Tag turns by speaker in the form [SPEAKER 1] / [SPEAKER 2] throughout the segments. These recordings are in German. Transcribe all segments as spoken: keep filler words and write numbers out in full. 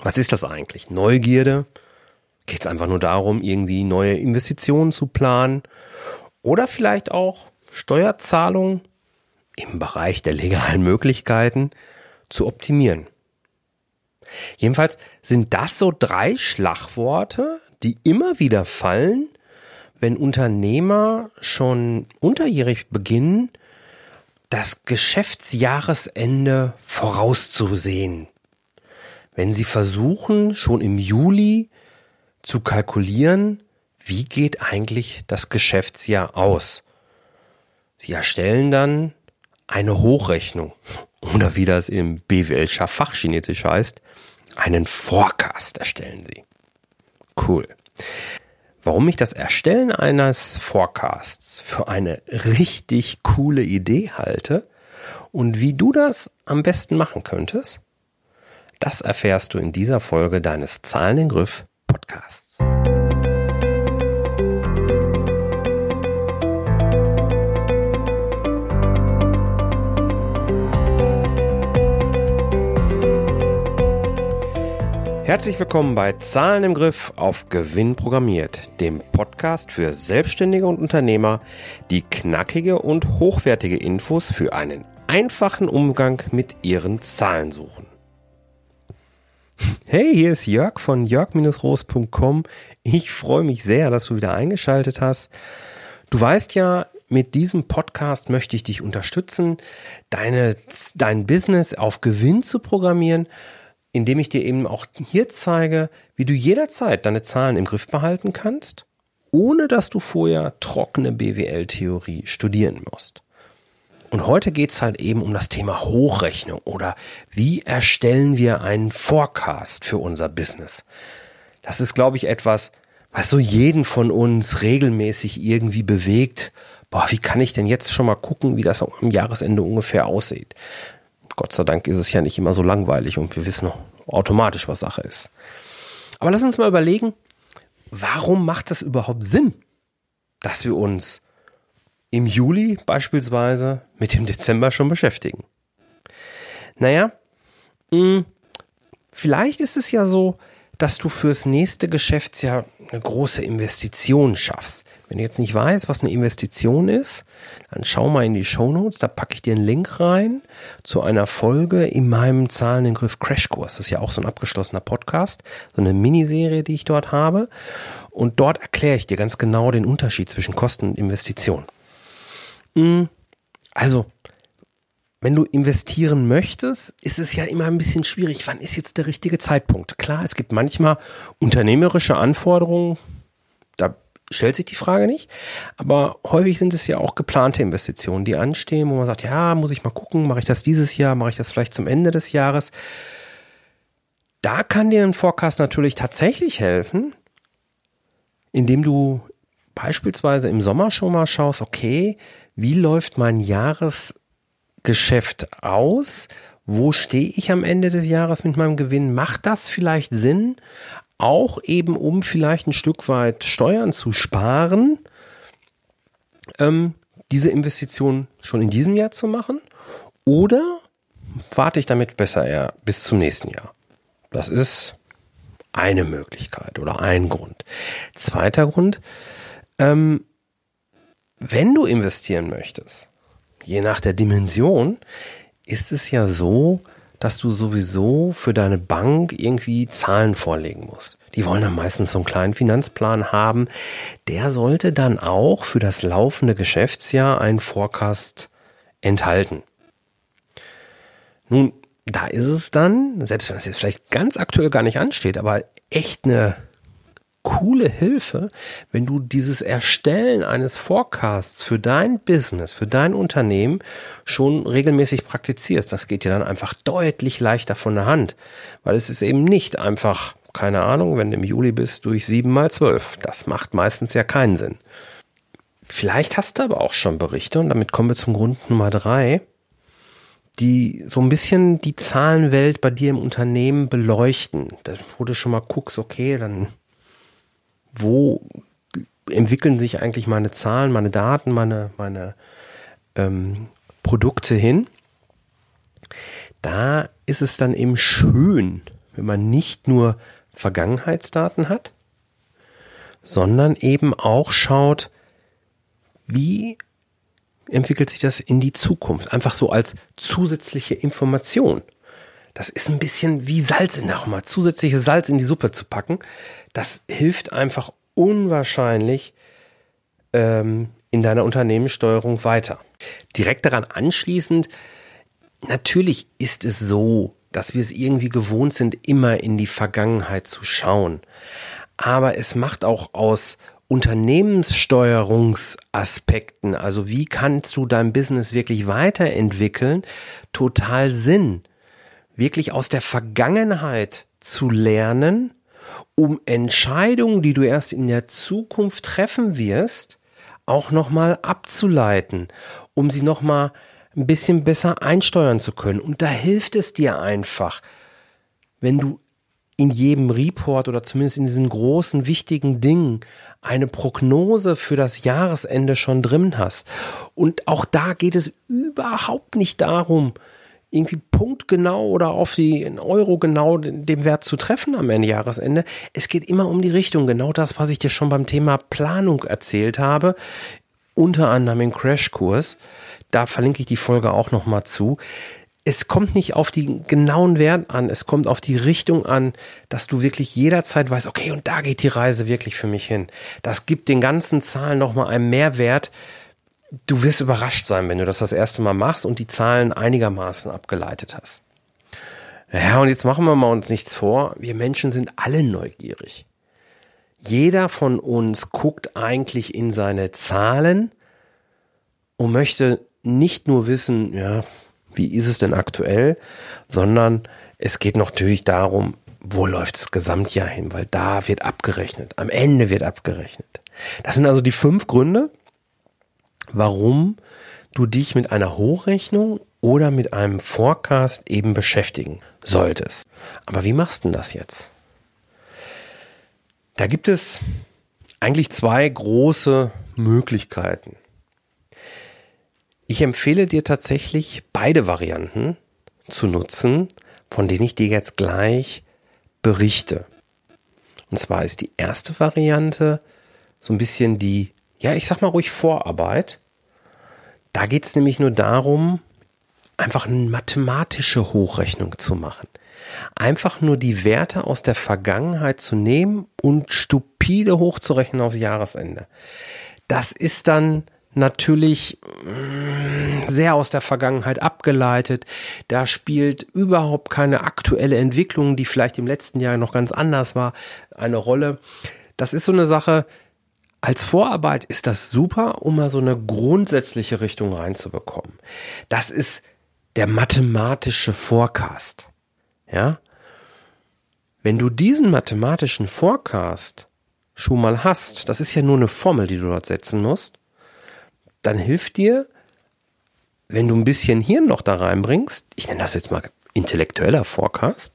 [SPEAKER 1] Was ist das eigentlich? Neugierde? Geht es einfach nur darum, irgendwie neue Investitionen zu planen? Oder vielleicht auch Steuerzahlungen im Bereich der legalen Möglichkeiten zu optimieren? Jedenfalls sind das so drei Schlagworte, die immer wieder fallen, wenn Unternehmer schon unterjährig beginnen, das Geschäftsjahresende vorauszusehen. Wenn sie versuchen, schon im Juli zu kalkulieren, wie geht eigentlich das Geschäftsjahr aus? Sie erstellen dann eine Hochrechnung oder wie das im B W L-Fachchinesisch heißt, einen Forecast erstellen sie. Cool. Warum ich das Erstellen eines Forecasts für eine richtig coole Idee halte und wie du das am besten machen könntest, das erfährst du in dieser Folge deines Zahlen im Griff Podcasts. Herzlich willkommen bei Zahlen im Griff auf Gewinn programmiert, dem Podcast für Selbstständige und Unternehmer, die knackige und hochwertige Infos für einen einfachen Umgang mit ihren Zahlen suchen. Hey, hier ist Jörg von jörg Roos punkt com. Ich freue mich sehr, dass du wieder eingeschaltet hast. Du weißt ja, mit diesem Podcast möchte ich dich unterstützen, deine, dein Business auf Gewinn zu programmieren, indem ich dir eben auch hier zeige, wie du jederzeit deine Zahlen im Griff behalten kannst, ohne dass du vorher trockene B W L-Theorie studieren musst. Und heute geht's halt eben um das Thema Hochrechnung oder wie erstellen wir einen Forecast für unser Business. Das ist, glaube ich, etwas, was so jeden von uns regelmäßig irgendwie bewegt. Boah, wie kann ich denn jetzt schon mal gucken, wie das am Jahresende ungefähr aussieht? Gott sei Dank ist es ja nicht immer so langweilig und wir wissen automatisch, was Sache ist. Aber lass uns mal überlegen, warum macht es überhaupt Sinn, dass wir uns im Juli beispielsweise mit dem Dezember schon beschäftigen? Naja, mh, vielleicht ist es ja so, dass du fürs nächste Geschäftsjahr eine große Investition schaffst. Wenn du jetzt nicht weißt, was eine Investition ist, dann schau mal in die Shownotes, da packe ich dir einen Link rein zu einer Folge in meinem Zahlen im Griff Crashkurs. Das ist ja auch so ein abgeschlossener Podcast, so eine Miniserie, die ich dort habe. Und dort erkläre ich dir ganz genau den Unterschied zwischen Kosten und Investition. Also, wenn du investieren möchtest, ist es ja immer ein bisschen schwierig. Wann ist jetzt der richtige Zeitpunkt? Klar, es gibt manchmal unternehmerische Anforderungen, da stellt sich die Frage nicht. Aber häufig sind es ja auch geplante Investitionen, die anstehen, wo man sagt, ja, muss ich mal gucken, mache ich das dieses Jahr, mache ich das vielleicht zum Ende des Jahres. Da kann dir ein Forecast natürlich tatsächlich helfen, indem du beispielsweise im Sommer schon mal schaust, okay, wie läuft mein Jahresgeschäft aus? Wo stehe ich am Ende des Jahres mit meinem Gewinn? Macht das vielleicht Sinn, auch eben um vielleicht ein Stück weit Steuern zu sparen, ähm, diese Investition schon in diesem Jahr zu machen? Oder warte ich damit besser eher bis zum nächsten Jahr? Das ist eine Möglichkeit oder ein Grund. Zweiter Grund, ähm, wenn du investieren möchtest, je nach der Dimension, ist es ja so, dass du sowieso für deine Bank irgendwie Zahlen vorlegen musst. Die wollen dann meistens so einen kleinen Finanzplan haben. Der sollte dann auch für das laufende Geschäftsjahr einen Forecast enthalten. Nun, da ist es dann, selbst wenn es jetzt vielleicht ganz aktuell gar nicht ansteht, aber echt eine coole Hilfe, wenn du dieses Erstellen eines Forecasts für dein Business, für dein Unternehmen schon regelmäßig praktizierst. Das geht dir dann einfach deutlich leichter von der Hand, weil es ist eben nicht einfach, keine Ahnung, wenn du im Juli bist, durch sieben mal zwölf. Das macht meistens ja keinen Sinn. Vielleicht hast du aber auch schon Berichte, und damit kommen wir zum Grund Nummer drei, die so ein bisschen die Zahlenwelt bei dir im Unternehmen beleuchten. Da, wo du schon mal guckst, okay, dann wo entwickeln sich eigentlich meine Zahlen, meine Daten, meine, meine ähm, Produkte hin? Da ist es dann eben schön, wenn man nicht nur Vergangenheitsdaten hat, sondern eben auch schaut, wie entwickelt sich das in die Zukunft? Einfach so als zusätzliche Information. Das ist ein bisschen wie Salz in der Suppe, zusätzliches Salz in die Suppe zu packen. Das hilft einfach unwahrscheinlich ähm, in deiner Unternehmenssteuerung weiter. Direkt daran anschließend, natürlich ist es so, dass wir es irgendwie gewohnt sind, immer in die Vergangenheit zu schauen. Aber es macht auch aus Unternehmenssteuerungsaspekten, also wie kannst du dein Business wirklich weiterentwickeln, total Sinn, wirklich aus der Vergangenheit zu lernen, um Entscheidungen, die du erst in der Zukunft treffen wirst, auch nochmal abzuleiten, um sie nochmal ein bisschen besser einsteuern zu können. Und da hilft es dir einfach, wenn du in jedem Report oder zumindest in diesen großen, wichtigen Dingen eine Prognose für das Jahresende schon drin hast. Und auch da geht es überhaupt nicht darum, irgendwie punktgenau oder auf die Euro genau den Wert zu treffen am Ende Jahresende. Es geht immer um die Richtung. Genau das, was ich dir schon beim Thema Planung erzählt habe, unter anderem im Crashkurs. Da verlinke ich die Folge auch nochmal zu. Es kommt nicht auf die genauen Wert an, es kommt auf die Richtung an, dass du wirklich jederzeit weißt, okay, und da geht die Reise wirklich für mich hin. Das gibt den ganzen Zahlen nochmal einen Mehrwert. Du wirst überrascht sein, wenn du das das erste Mal machst und die Zahlen einigermaßen abgeleitet hast. Ja, und jetzt machen wir mal uns nichts vor. Wir Menschen sind alle neugierig. Jeder von uns guckt eigentlich in seine Zahlen und möchte nicht nur wissen, ja, wie ist es denn aktuell, sondern es geht natürlich darum, wo läuft das Gesamtjahr hin, weil da wird abgerechnet, am Ende wird abgerechnet. Das sind also die fünf Gründe, warum du dich mit einer Hochrechnung oder mit einem Forecast eben beschäftigen solltest. Aber wie machst du denn das jetzt? Da gibt es eigentlich zwei große Möglichkeiten. Ich empfehle dir tatsächlich, beide Varianten zu nutzen, von denen ich dir jetzt gleich berichte. Und zwar ist die erste Variante so ein bisschen die, ja, ich sag mal ruhig Vorarbeit. Da geht es nämlich nur darum, einfach eine mathematische Hochrechnung zu machen. Einfach nur die Werte aus der Vergangenheit zu nehmen und stupide hochzurechnen aufs Jahresende. Das ist dann natürlich sehr aus der Vergangenheit abgeleitet. Da spielt überhaupt keine aktuelle Entwicklung, die vielleicht im letzten Jahr noch ganz anders war, eine Rolle. Das ist so eine Sache, als Vorarbeit ist das super, um mal so eine grundsätzliche Richtung reinzubekommen. Das ist der mathematische Forecast. Ja? Wenn du diesen mathematischen Forecast schon mal hast, das ist ja nur eine Formel, die du dort setzen musst, dann hilft dir, wenn du ein bisschen Hirn noch da reinbringst, ich nenne das jetzt mal intellektueller Forecast,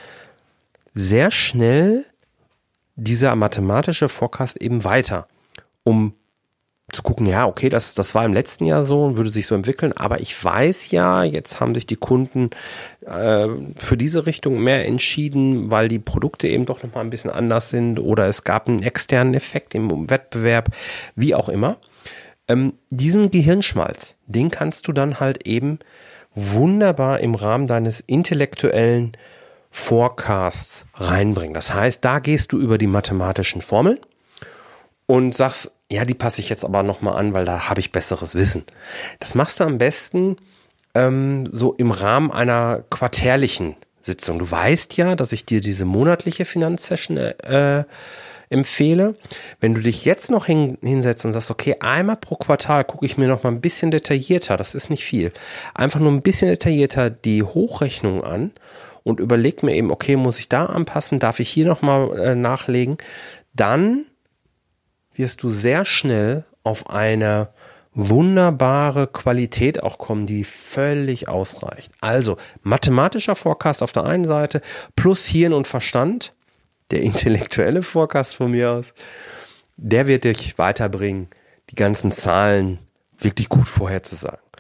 [SPEAKER 1] sehr schnell dieser mathematische Forecast eben weiter, um zu gucken, ja, okay, das, das war im letzten Jahr so und würde sich so entwickeln, aber ich weiß ja, jetzt haben sich die Kunden äh, für diese Richtung mehr entschieden, weil die Produkte eben doch nochmal ein bisschen anders sind oder es gab einen externen Effekt im Wettbewerb, wie auch immer. Ähm, diesen Gehirnschmalz, den kannst du dann halt eben wunderbar im Rahmen deines intellektuellen Forecasts reinbringen. Das heißt, da gehst du über die mathematischen Formeln und sagst, ja, die passe ich jetzt aber nochmal an, weil da habe ich besseres Wissen. Das machst du am besten ähm, so im Rahmen einer quartärlichen Sitzung. Du weißt ja, dass ich dir diese monatliche Finanzsession äh, empfehle. Wenn du dich jetzt noch hin, hinsetzt und sagst, okay, einmal pro Quartal gucke ich mir noch mal ein bisschen detaillierter, das ist nicht viel, einfach nur ein bisschen detaillierter die Hochrechnung an und überleg mir eben, okay, muss ich da anpassen, darf ich hier noch mal äh, nachlegen, dann wirst du sehr schnell auf eine wunderbare Qualität auch kommen, die völlig ausreicht. Also mathematischer Forecast auf der einen Seite plus Hirn und Verstand, der intellektuelle Forecast von mir aus, der wird dich weiterbringen, die ganzen Zahlen wirklich gut vorherzusagen.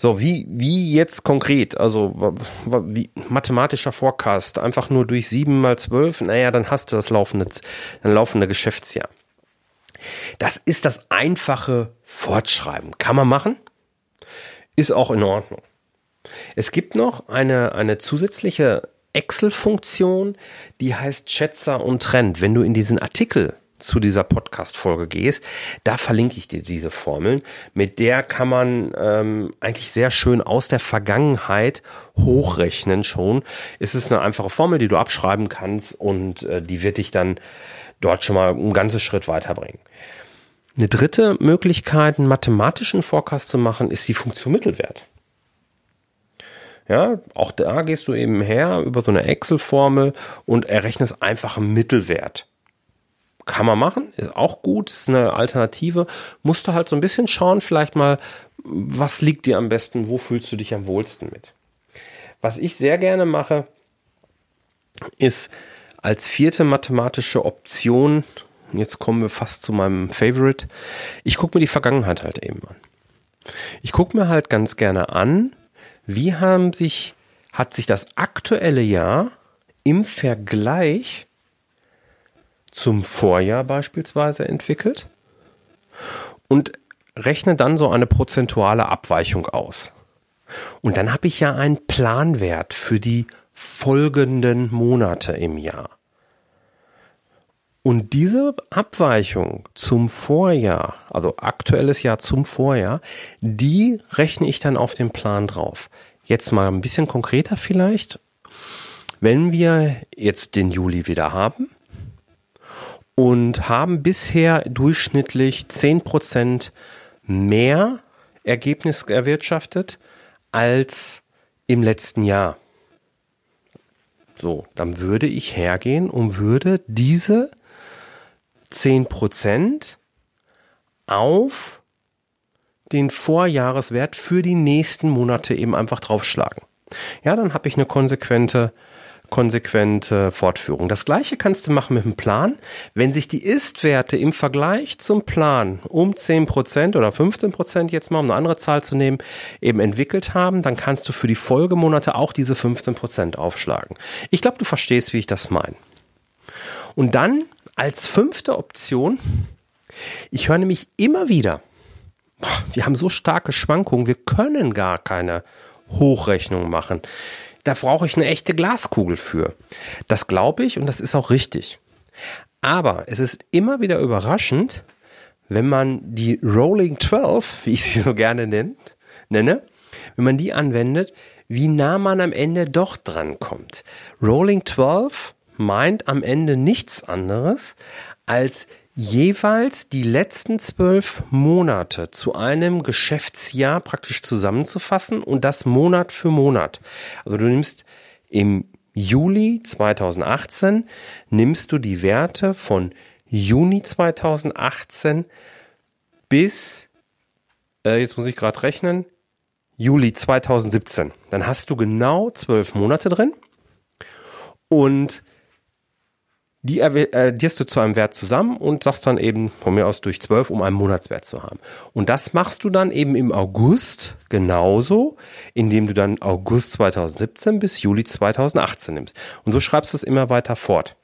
[SPEAKER 1] So, wie, wie jetzt konkret, also wie mathematischer Forecast, einfach nur durch sieben mal zwölf, naja, dann hast du das laufende, dann laufende Geschäftsjahr. Das ist das einfache Fortschreiben. Kann man machen, ist auch in Ordnung. Es gibt noch eine, eine zusätzliche Excel-Funktion, die heißt Schätzer und Trend. Wenn du in diesen Artikel zu dieser Podcast-Folge gehst, da verlinke ich dir diese Formeln. Mit der kann man ähm, eigentlich sehr schön aus der Vergangenheit hochrechnen schon. Es ist eine einfache Formel, die du abschreiben kannst und äh, die wird dich dann dort schon mal einen ganzen Schritt weiterbringen. Eine dritte Möglichkeit, einen mathematischen Forecast zu machen, ist die Funktion Mittelwert. Ja, auch da gehst du eben her über so eine Excel-Formel und errechnest einfach einen Mittelwert. Kann man machen, ist auch gut, ist eine Alternative. Musst du halt so ein bisschen schauen, vielleicht mal, was liegt dir am besten, wo fühlst du dich am wohlsten mit. Was ich sehr gerne mache, ist als vierte mathematische Option, jetzt kommen wir fast zu meinem Favorite, ich gucke mir die Vergangenheit halt eben an. Ich gucke mir halt ganz gerne an, wie haben sich, hat sich das aktuelle Jahr im Vergleich zum Vorjahr beispielsweise entwickelt und rechne dann so eine prozentuale Abweichung aus. Und dann habe ich ja einen Planwert für die folgenden Monate im Jahr. Und diese Abweichung zum Vorjahr, also aktuelles Jahr zum Vorjahr, die rechne ich dann auf den Plan drauf. Jetzt mal ein bisschen konkreter vielleicht. Wenn wir jetzt den Juli wieder haben, und haben bisher durchschnittlich zehn Prozent mehr Ergebnis erwirtschaftet als im letzten Jahr. So, dann würde ich hergehen und würde diese zehn Prozent auf den Vorjahreswert für die nächsten Monate eben einfach draufschlagen. Ja, dann habe ich eine konsequente konsequente Fortführung. Das gleiche kannst du machen mit dem Plan. Wenn sich die Ist-Werte im Vergleich zum Plan um zehn Prozent oder fünfzehn Prozent jetzt mal, um eine andere Zahl zu nehmen, eben entwickelt haben, dann kannst du für die Folgemonate auch diese fünfzehn Prozent aufschlagen. Ich glaube, du verstehst, wie ich das meine. Und dann als fünfte Option, ich höre nämlich immer wieder, wir haben so starke Schwankungen, wir können gar keine Hochrechnung machen. Da brauche ich eine echte Glaskugel für. Das glaube ich und das ist auch richtig. Aber es ist immer wieder überraschend, wenn man die Rolling zwölf, wie ich sie so gerne nennt, nenne, wenn man die anwendet, wie nah man am Ende doch dran kommt. Rolling zwölf meint am Ende nichts anderes als jeweils die letzten zwölf Monate zu einem Geschäftsjahr praktisch zusammenzufassen und das Monat für Monat. Also du nimmst im Juli zweitausendachtzehn, nimmst du die Werte von Juni zweitausendachtzehn bis, äh, jetzt muss ich gerade rechnen, Juli zweitausendsiebzehn. Dann hast du genau zwölf Monate drin und die addierst du zu einem Wert zusammen und sagst dann eben von mir aus durch zwölf, um einen Monatswert zu haben. Und das machst du dann eben im August genauso, indem du dann August zweitausendsiebzehn bis Juli zweitausendachtzehn nimmst. Und so schreibst du es immer weiter fort.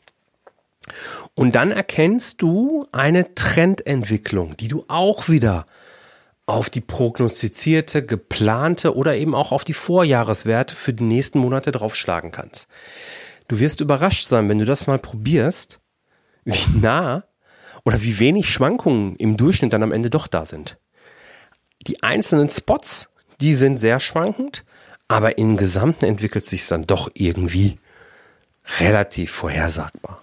[SPEAKER 1] Und dann erkennst du eine Trendentwicklung, die du auch wieder auf die prognostizierte, geplante oder eben auch auf die Vorjahreswerte für die nächsten Monate draufschlagen kannst. Du wirst überrascht sein, wenn du das mal probierst, wie nah oder wie wenig Schwankungen im Durchschnitt dann am Ende doch da sind. Die einzelnen Spots, die sind sehr schwankend, aber im Gesamten entwickelt sich dann doch irgendwie relativ vorhersagbar.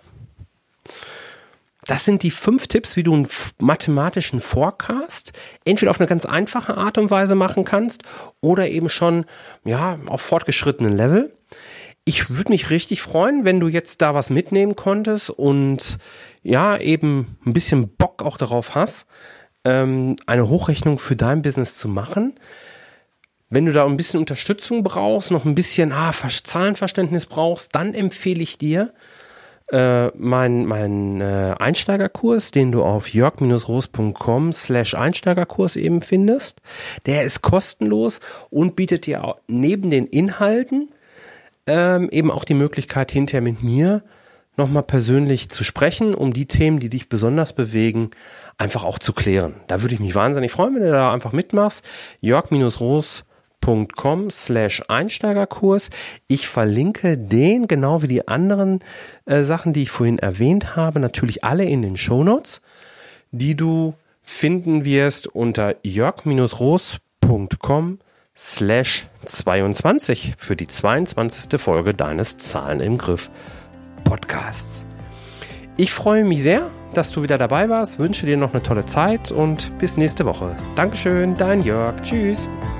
[SPEAKER 1] Das sind die fünf Tipps, wie du einen mathematischen Forecast entweder auf eine ganz einfache Art und Weise machen kannst oder eben schon ja auf fortgeschrittenen Level. Ich würde mich richtig freuen, wenn du jetzt da was mitnehmen konntest und ja, eben ein bisschen Bock auch darauf hast, ähm, eine Hochrechnung für dein Business zu machen. Wenn du da ein bisschen Unterstützung brauchst, noch ein bisschen ah, Zahlenverständnis brauchst, dann empfehle ich dir äh, mein, mein äh, Einsteigerkurs, den du auf jörg-roos.com slash Einsteigerkurs eben findest. Der ist kostenlos und bietet dir auch neben den Inhalten ähm, eben auch die Möglichkeit, hinterher mit mir nochmal persönlich zu sprechen, um die Themen, die dich besonders bewegen, einfach auch zu klären. Da würde ich mich wahnsinnig freuen, wenn du da einfach mitmachst. jörg-roos.com slash Einsteigerkurs. Ich verlinke den, genau wie die anderen äh, Sachen, die ich vorhin erwähnt habe, natürlich alle in den Shownotes, die du finden wirst unter jörg-roos.com slash zweiundzwanzig für die zweiundzwanzigste Folge deines Zahlen im Griff Podcasts. Ich freue mich sehr, dass du wieder dabei warst, wünsche dir noch eine tolle Zeit und bis nächste Woche. Dankeschön, dein Jörg. Tschüss.